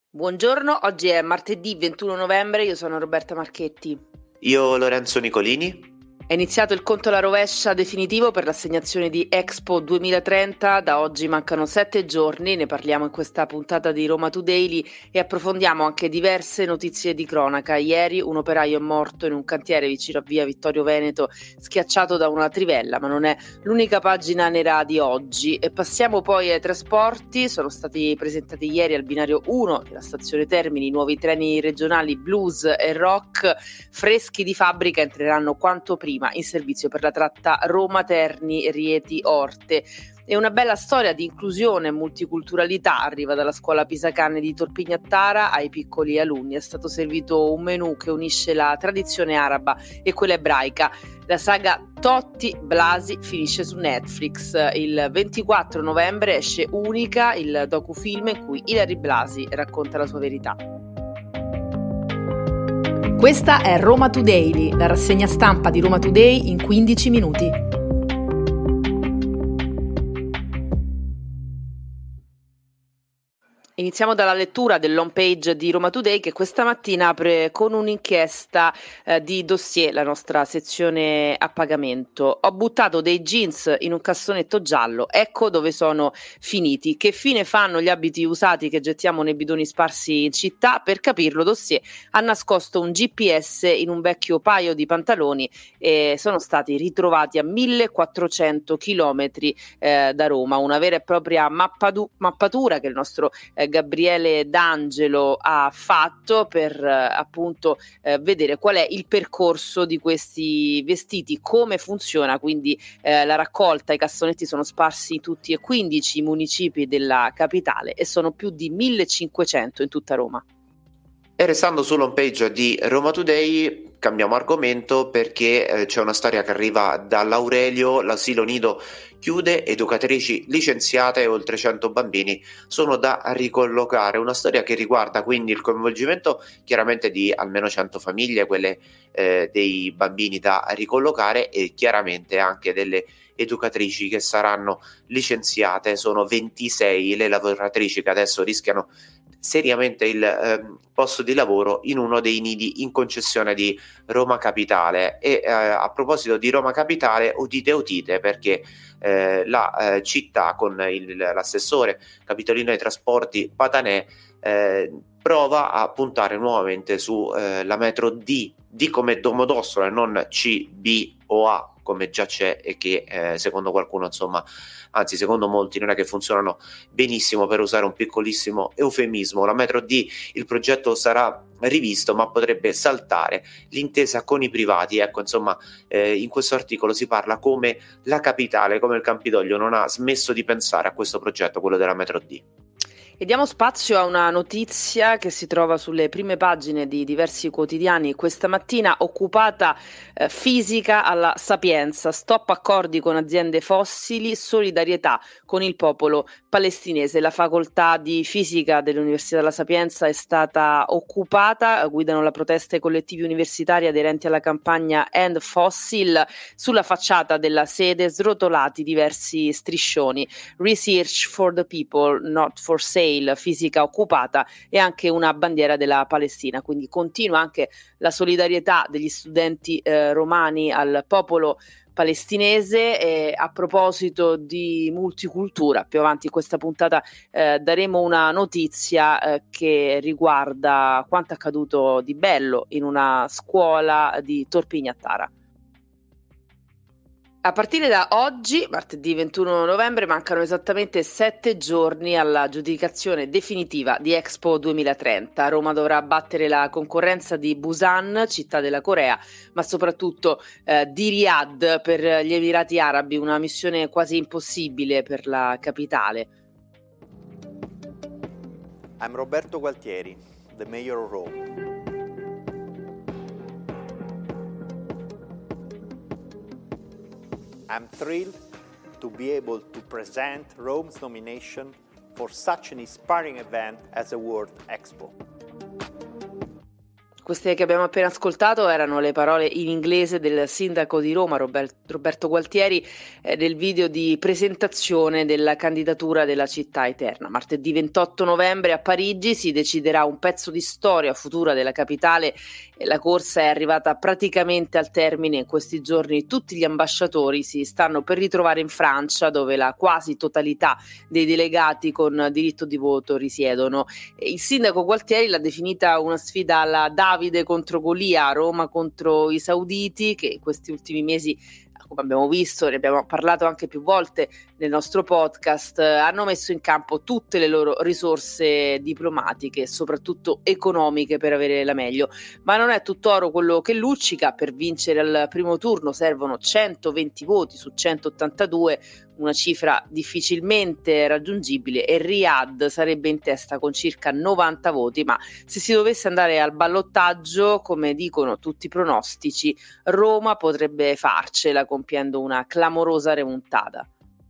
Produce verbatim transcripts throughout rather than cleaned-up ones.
Buongiorno, oggi è martedì ventuno novembre, io sono Roberta Marchetti. Io Lorenzo Nicolini. È iniziato il conto alla rovescia definitivo per l'assegnazione di Expo duemilatrenta, da oggi mancano sette giorni, ne parliamo in questa puntata di Roma Today e approfondiamo anche diverse notizie di cronaca. Ieri un operaio è morto in un cantiere vicino a via Vittorio Veneto, schiacciato da una trivella, ma non è l'unica pagina nera di oggi. E passiamo poi ai trasporti. Sono stati presentati ieri al binario uno della stazione Termini i nuovi treni regionali Blues e Rock, freschi di fabbrica, entreranno quanto prima in servizio per la tratta Roma-Terni-Rieti-Orte. E una bella storia di inclusione e multiculturalità arriva dalla scuola Pisacane di Torpignattara. Ai piccoli alunni è stato servito un menù che unisce la tradizione araba e quella ebraica. La saga Totti Blasi finisce su Netflix. Il ventiquattro novembre esce Unica, il docufilm in cui Ilary Blasi racconta la sua verità. Questa è Roma Today, la rassegna stampa di Roma Today in quindici minuti. Iniziamo dalla lettura dell'home page di Roma Today, che questa mattina apre con un'inchiesta eh, di dossier, la nostra sezione a pagamento. Ho buttato dei jeans in un cassonetto giallo, ecco dove sono finiti. Che fine fanno gli abiti usati che gettiamo nei bidoni sparsi in città? Per capirlo, dossier ha nascosto un G P S in un vecchio paio di pantaloni e sono stati ritrovati a millequattrocento chilometri eh, da Roma. Una vera e propria mappadu- mappatura che il nostro eh, Gabriele D'Angelo ha fatto per eh, appunto eh, vedere qual è il percorso di questi vestiti, come funziona quindi eh, la raccolta. I cassonetti sono sparsi in tutti e quindici i municipi della capitale e sono più di millecinquecento in tutta Roma. E restando sull'home page di Roma Today, cambiamo argomento perché eh, c'è una storia che arriva dall'Aurelio. L'asilo nido chiude, educatrici licenziate e oltre cento bambini sono da ricollocare. Una storia che riguarda quindi il coinvolgimento chiaramente di almeno cento famiglie, quelle eh, dei bambini da ricollocare, e chiaramente anche delle educatrici che saranno licenziate. Sono ventisei le lavoratrici che adesso rischiano seriamente il eh, posto di lavoro in uno dei nidi in concessione di Roma Capitale. E eh, a proposito di Roma Capitale, udite udite, perché eh, la eh, città con il, l'assessore capitolino ai trasporti Patanè eh, prova a puntare nuovamente su eh, la metro D, D come Domodossola e non C, B o A come già c'è, e che eh, secondo qualcuno, insomma, anzi secondo molti, non è che funzionano benissimo, per usare un piccolissimo eufemismo. La metro D, il progetto sarà rivisto, ma potrebbe saltare l'intesa con i privati. Ecco, insomma, eh, in questo articolo si parla come la capitale, come il Campidoglio, non ha smesso di pensare a questo progetto, quello della metro D. E diamo spazio a una notizia che si trova sulle prime pagine di diversi quotidiani questa mattina. Occupata eh, fisica alla Sapienza, stop accordi con aziende fossili, solidarietà con il popolo palestinese. La facoltà di fisica dell'Università della Sapienza è stata occupata, guidano la protesta i collettivi universitari aderenti alla campagna End Fossil. Sulla facciata della sede srotolati diversi striscioni: Research for the people, not for sale, fisica occupata, e anche una bandiera della Palestina. Quindi continua anche la solidarietà degli studenti eh, romani al popolo palestinese. E a proposito di multicultura, più avanti in questa puntata eh, daremo una notizia eh, che riguarda quanto accaduto di bello in una scuola di Torpignattara. A partire da oggi, martedì ventuno novembre, mancano esattamente sette giorni alla aggiudicazione definitiva di Expo duemilatrenta. Roma dovrà battere la concorrenza di Busan, città della Corea, ma soprattutto eh, di Riyadh per gli Emirati Arabi, una missione quasi impossibile per la capitale. I'm Roberto Gualtieri, the mayor of Rome. I'm thrilled to be able to present Rome's nomination for such an inspiring event as the World Expo. Queste che abbiamo appena ascoltato erano le parole in inglese del sindaco di Roma, Robert, Roberto Gualtieri, eh, del video di presentazione della candidatura della città eterna. Martedì ventotto novembre a Parigi si deciderà un pezzo di storia futura della capitale e la corsa è arrivata praticamente al termine. In questi giorni tutti gli ambasciatori si stanno per ritrovare in Francia, dove la quasi totalità dei delegati con diritto di voto risiedono. Il sindaco Gualtieri l'ha definita una sfida alla Davide contro Golia, Roma contro i sauditi, che in questi ultimi mesi, come abbiamo visto, ne abbiamo parlato anche più volte nel nostro podcast, hanno messo in campo tutte le loro risorse diplomatiche e soprattutto economiche per avere la meglio. Ma non è tutt'oro quello che luccica. Per vincere al primo turno servono centoventi voti su centottantadue, una cifra difficilmente raggiungibile, e Riyadh sarebbe in testa con circa novanta voti, ma se si dovesse andare al ballottaggio, come dicono tutti i pronostici, Roma potrebbe farcela compiendo una clamorosa remontata.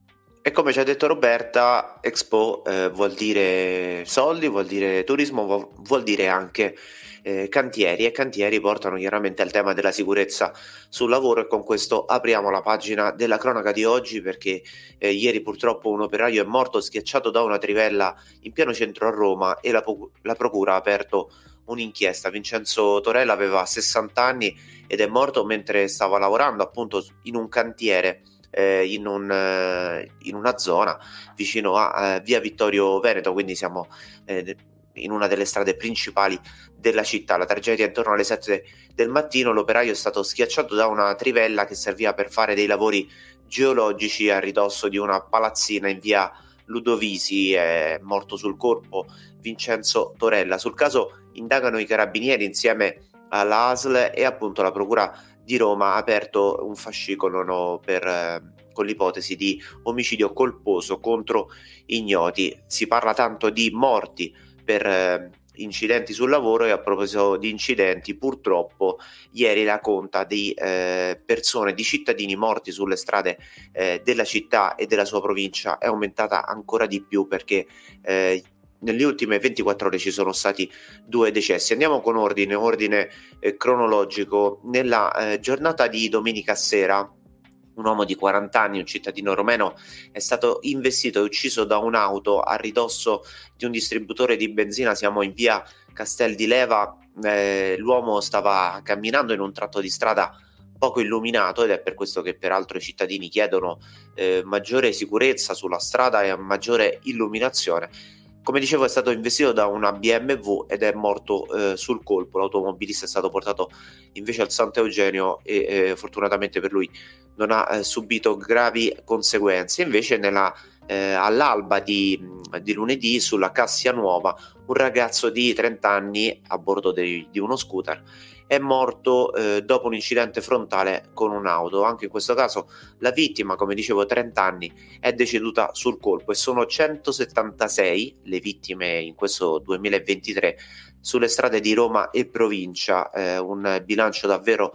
E come ci ha detto Roberta, Expo eh, vuol dire soldi, vuol dire turismo, vuol dire anche eh, cantieri, e cantieri portano chiaramente al tema della sicurezza sul lavoro, e con questo apriamo la pagina della cronaca di oggi, perché eh, ieri purtroppo un operaio è morto schiacciato da una trivella in pieno centro a Roma, e la, la procura ha aperto un'inchiesta. Vincenzo Torella aveva sessanta anni ed è morto mentre stava lavorando appunto in un cantiere Eh, in, un, eh, in una zona vicino a eh, via Vittorio Veneto, quindi siamo eh, in una delle strade principali della città. La tragedia intorno alle sette del mattino. L'operaio è stato schiacciato da una trivella che serviva per fare dei lavori geologici a ridosso di una palazzina in via Ludovisi. È morto sul colpo Vincenzo Torella. Sul caso indagano i carabinieri insieme alla A S L, e appunto la procura di Roma ha aperto un fascicolo no, per, eh, con l'ipotesi di omicidio colposo contro ignoti. Si parla tanto di morti per eh, incidenti sul lavoro, e a proposito di incidenti, purtroppo ieri la conta di eh, persone, di cittadini morti sulle strade eh, della città e della sua provincia è aumentata ancora di più, perché eh, nelle ultime ventiquattro ore ci sono stati due decessi. Andiamo con ordine, ordine eh, cronologico. Nella eh, giornata di domenica sera, un uomo di quaranta anni, un cittadino romeno, è stato investito e ucciso da un'auto a ridosso di un distributore di benzina. Siamo in via Castel di Leva. Eh, l'uomo stava camminando in un tratto di strada poco illuminato, ed è per questo che peraltro i cittadini chiedono eh, maggiore sicurezza sulla strada e maggiore illuminazione. Come dicevo, è stato investito da una B M W ed è morto eh, sul colpo. L'automobilista è stato portato invece al Sant'Eugenio e eh, fortunatamente per lui non ha eh, subito gravi conseguenze. Invece nella, eh, all'alba di, di lunedì, sulla Cassia Nuova, un ragazzo di trenta anni a bordo di, di uno scooter è morto eh, dopo un incidente frontale con un'auto. Anche in questo caso la vittima, come dicevo, trenta anni, è deceduta sul colpo, e sono centosettantasei le vittime in questo duemilaventitré sulle strade di Roma e provincia. Eh, un bilancio davvero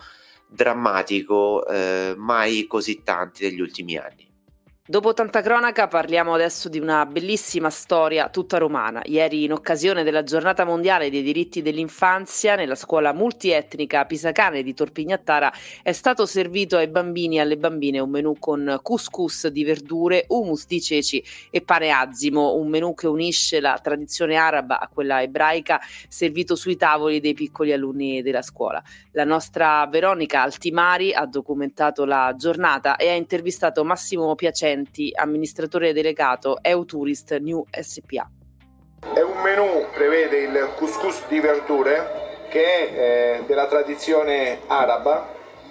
drammatico, eh, mai così tanti degli ultimi anni. Dopo tanta cronaca parliamo adesso di una bellissima storia tutta romana. Ieri, in occasione della giornata mondiale dei diritti dell'infanzia, nella scuola multietnica Pisacane di Torpignattara è stato servito ai bambini e alle bambine un menù con couscous di verdure, hummus di ceci e pane azimo, un menù che unisce la tradizione araba a quella ebraica, servito sui tavoli dei piccoli alunni della scuola. La nostra Veronica Altimari ha documentato la giornata e ha intervistato Massimo Piacenti, amministratore delegato Eutourist New S P A. È un menù, prevede il couscous di verdure, che è eh, della tradizione araba,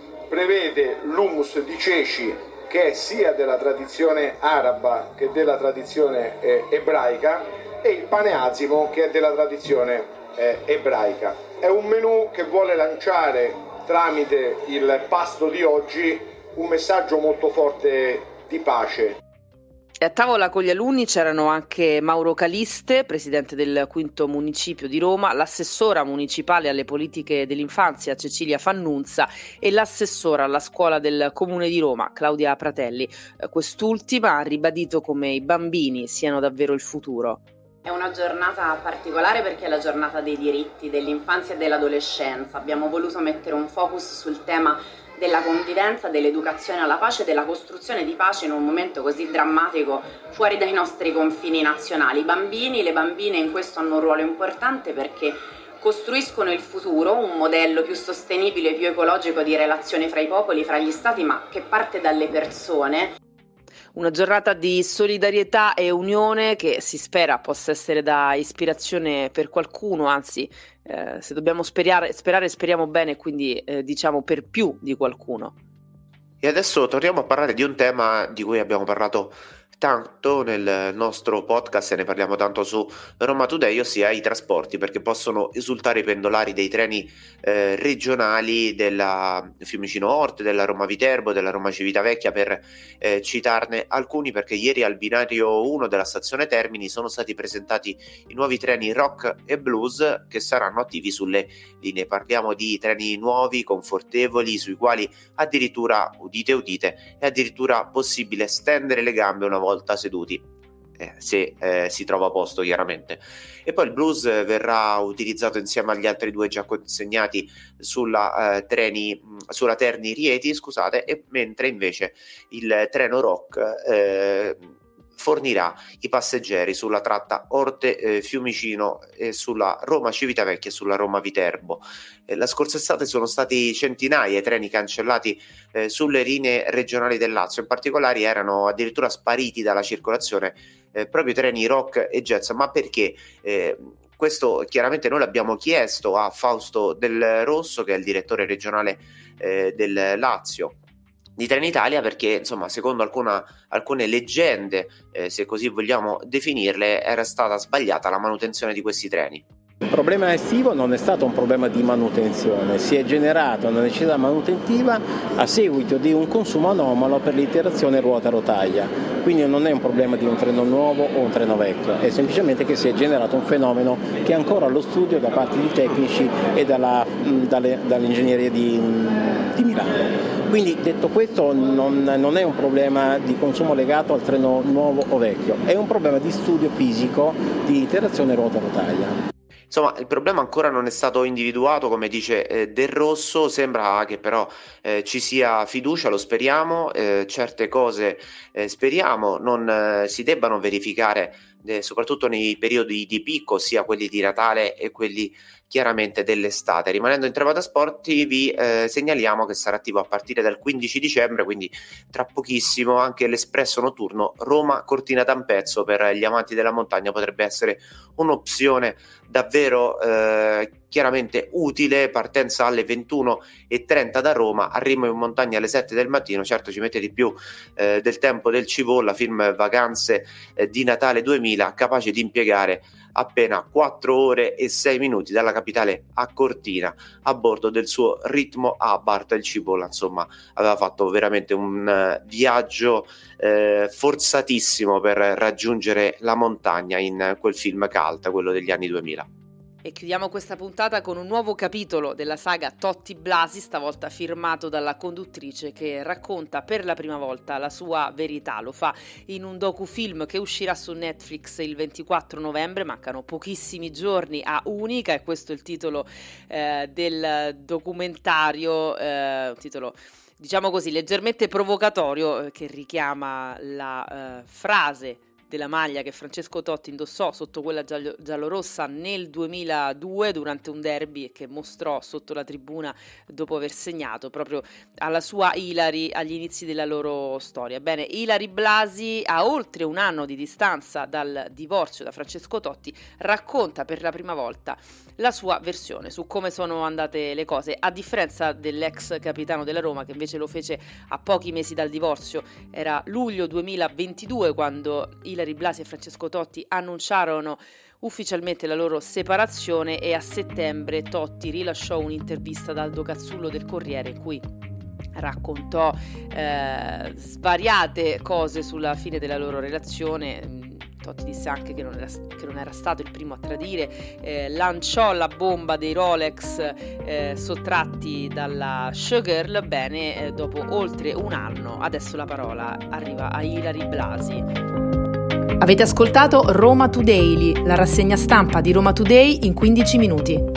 prevede l'hummus di ceci, che è sia della tradizione araba che della tradizione eh, ebraica, e il pane azimo, che è della tradizione eh, ebraica. È un menù che vuole lanciare tramite il pasto di oggi un messaggio molto forte di pace. E a tavola con gli alunni c'erano anche Mauro Caliste, presidente del quinto municipio di Roma, l'assessora municipale alle politiche dell'infanzia Cecilia Fannunza e l'assessora alla scuola del comune di Roma Claudia Pratelli. Quest'ultima ha ribadito come i bambini siano davvero il futuro. È una giornata particolare perché è la giornata dei diritti dell'infanzia e dell'adolescenza. Abbiamo voluto mettere un focus sul tema della convivenza, dell'educazione alla pace e della costruzione di pace in un momento così drammatico fuori dai nostri confini nazionali. I bambini, le bambine in questo hanno un ruolo importante perché costruiscono il futuro, un modello più sostenibile, più ecologico di relazioni fra i popoli, fra gli stati, ma che parte dalle persone. Una giornata di solidarietà e unione che si spera possa essere da ispirazione per qualcuno, anzi eh, se dobbiamo sperare, sperare speriamo bene, quindi eh, diciamo per più di qualcuno. E adesso torniamo a parlare di un tema di cui abbiamo parlato tanto nel nostro podcast e ne parliamo tanto su Roma Today, ossia i trasporti, perché possono esultare i pendolari dei treni eh, regionali della Fiumicino-Orte, della Roma-Viterbo, della Roma-Civitavecchia, per eh, citarne alcuni, perché ieri al binario uno della stazione Termini sono stati presentati i nuovi treni Rock e Blues che saranno attivi sulle linee. Parliamo di treni nuovi, confortevoli, sui quali addirittura, udite udite, è addirittura possibile stendere le gambe una volta seduti, eh, se eh, si trova a posto chiaramente. E poi il Blues eh, verrà utilizzato insieme agli altri due già consegnati sulla, eh, treni, sulla Terni Rieti, scusate, e mentre invece il treno Rock eh, fornirà i passeggeri sulla tratta Orte eh, Fiumicino e sulla Roma Civitavecchia e sulla Roma Viterbo. Eh, la scorsa estate sono stati centinaia i treni cancellati eh, sulle linee regionali del Lazio, in particolare erano addirittura spariti dalla circolazione eh, proprio i treni Rock e Jazz. Ma perché? Eh, questo chiaramente noi l'abbiamo chiesto a Fausto Del Rosso, che è il direttore regionale eh, del Lazio di Trenitalia, perché insomma secondo alcuna, alcune leggende, eh, se così vogliamo definirle, era stata sbagliata la manutenzione di questi treni. Il problema estivo non è stato un problema di manutenzione, si è generata una necessità manutentiva a seguito di un consumo anomalo per l'interazione ruota-rotaia, quindi non è un problema di un treno nuovo o un treno vecchio, è semplicemente che si è generato un fenomeno che è ancora allo studio da parte di tecnici e dalla, dalle, dall'ingegneria di, di Milano. Quindi detto questo non, non è un problema di consumo legato al treno nuovo o vecchio, è un problema di studio fisico di interazione ruota-rotaia. Insomma, il problema ancora non è stato individuato, come dice eh, Del Rosso. Sembra che però eh, ci sia fiducia, lo speriamo, eh, certe cose eh, speriamo non eh, si debbano verificare, eh, soprattutto nei periodi di picco, sia quelli di Natale e quelli chiaramente dell'estate. Rimanendo in tema trasporti, vi eh, segnaliamo che sarà attivo a partire dal quindici dicembre, quindi tra pochissimo, anche l'espresso notturno Roma-Cortina d'Ampezzo. Per gli amanti della montagna potrebbe essere un'opzione davvero eh, chiaramente utile. Partenza alle ventuno e trenta da Roma, arrivo in montagna alle sette del mattino. Certo, ci mette di più eh, del tempo del Cipolla, film Vacanze eh, di Natale duemila, capace di impiegare appena quattro ore e sei minuti dalla capitale a Cortina a bordo del suo ritmo Abarth. Il Cipolla insomma aveva fatto veramente un uh, viaggio eh, forzatissimo per raggiungere la montagna in quel film cult, quello degli anni duemila. E chiudiamo questa puntata con un nuovo capitolo della saga Totti Blasi, stavolta firmato dalla conduttrice, che racconta per la prima volta la sua verità. Lo fa in un docufilm che uscirà su Netflix il ventiquattro novembre, mancano pochissimi giorni a Unica, e questo è il titolo eh, del documentario, eh, un titolo diciamo così leggermente provocatorio, eh, che richiama la eh, frase della maglia che Francesco Totti indossò sotto quella giallo- giallorossa nel duemiladue durante un derby, e che mostrò sotto la tribuna dopo aver segnato proprio alla sua Ilari agli inizi della loro storia. Bene, Ilari Blasi, a oltre un anno di distanza dal divorzio da Francesco Totti, racconta per la prima volta la sua versione su come sono andate le cose, a differenza dell'ex capitano della Roma, che invece lo fece a pochi mesi dal divorzio. Era luglio duemilaventidue quando Ilari Blasi e Francesco Totti annunciarono ufficialmente la loro separazione, e a settembre Totti rilasciò un'intervista ad Aldo Cazzullo del Corriere in cui raccontò eh, svariate cose sulla fine della loro relazione. Totti disse anche che non era, che non era stato il primo a tradire, eh, lanciò la bomba dei Rolex eh, sottratti dalla showgirl. Bene, eh, dopo oltre un anno, adesso la parola arriva a Ilari Blasi. Avete ascoltato Roma Today, la rassegna stampa di Roma Today in quindici minuti.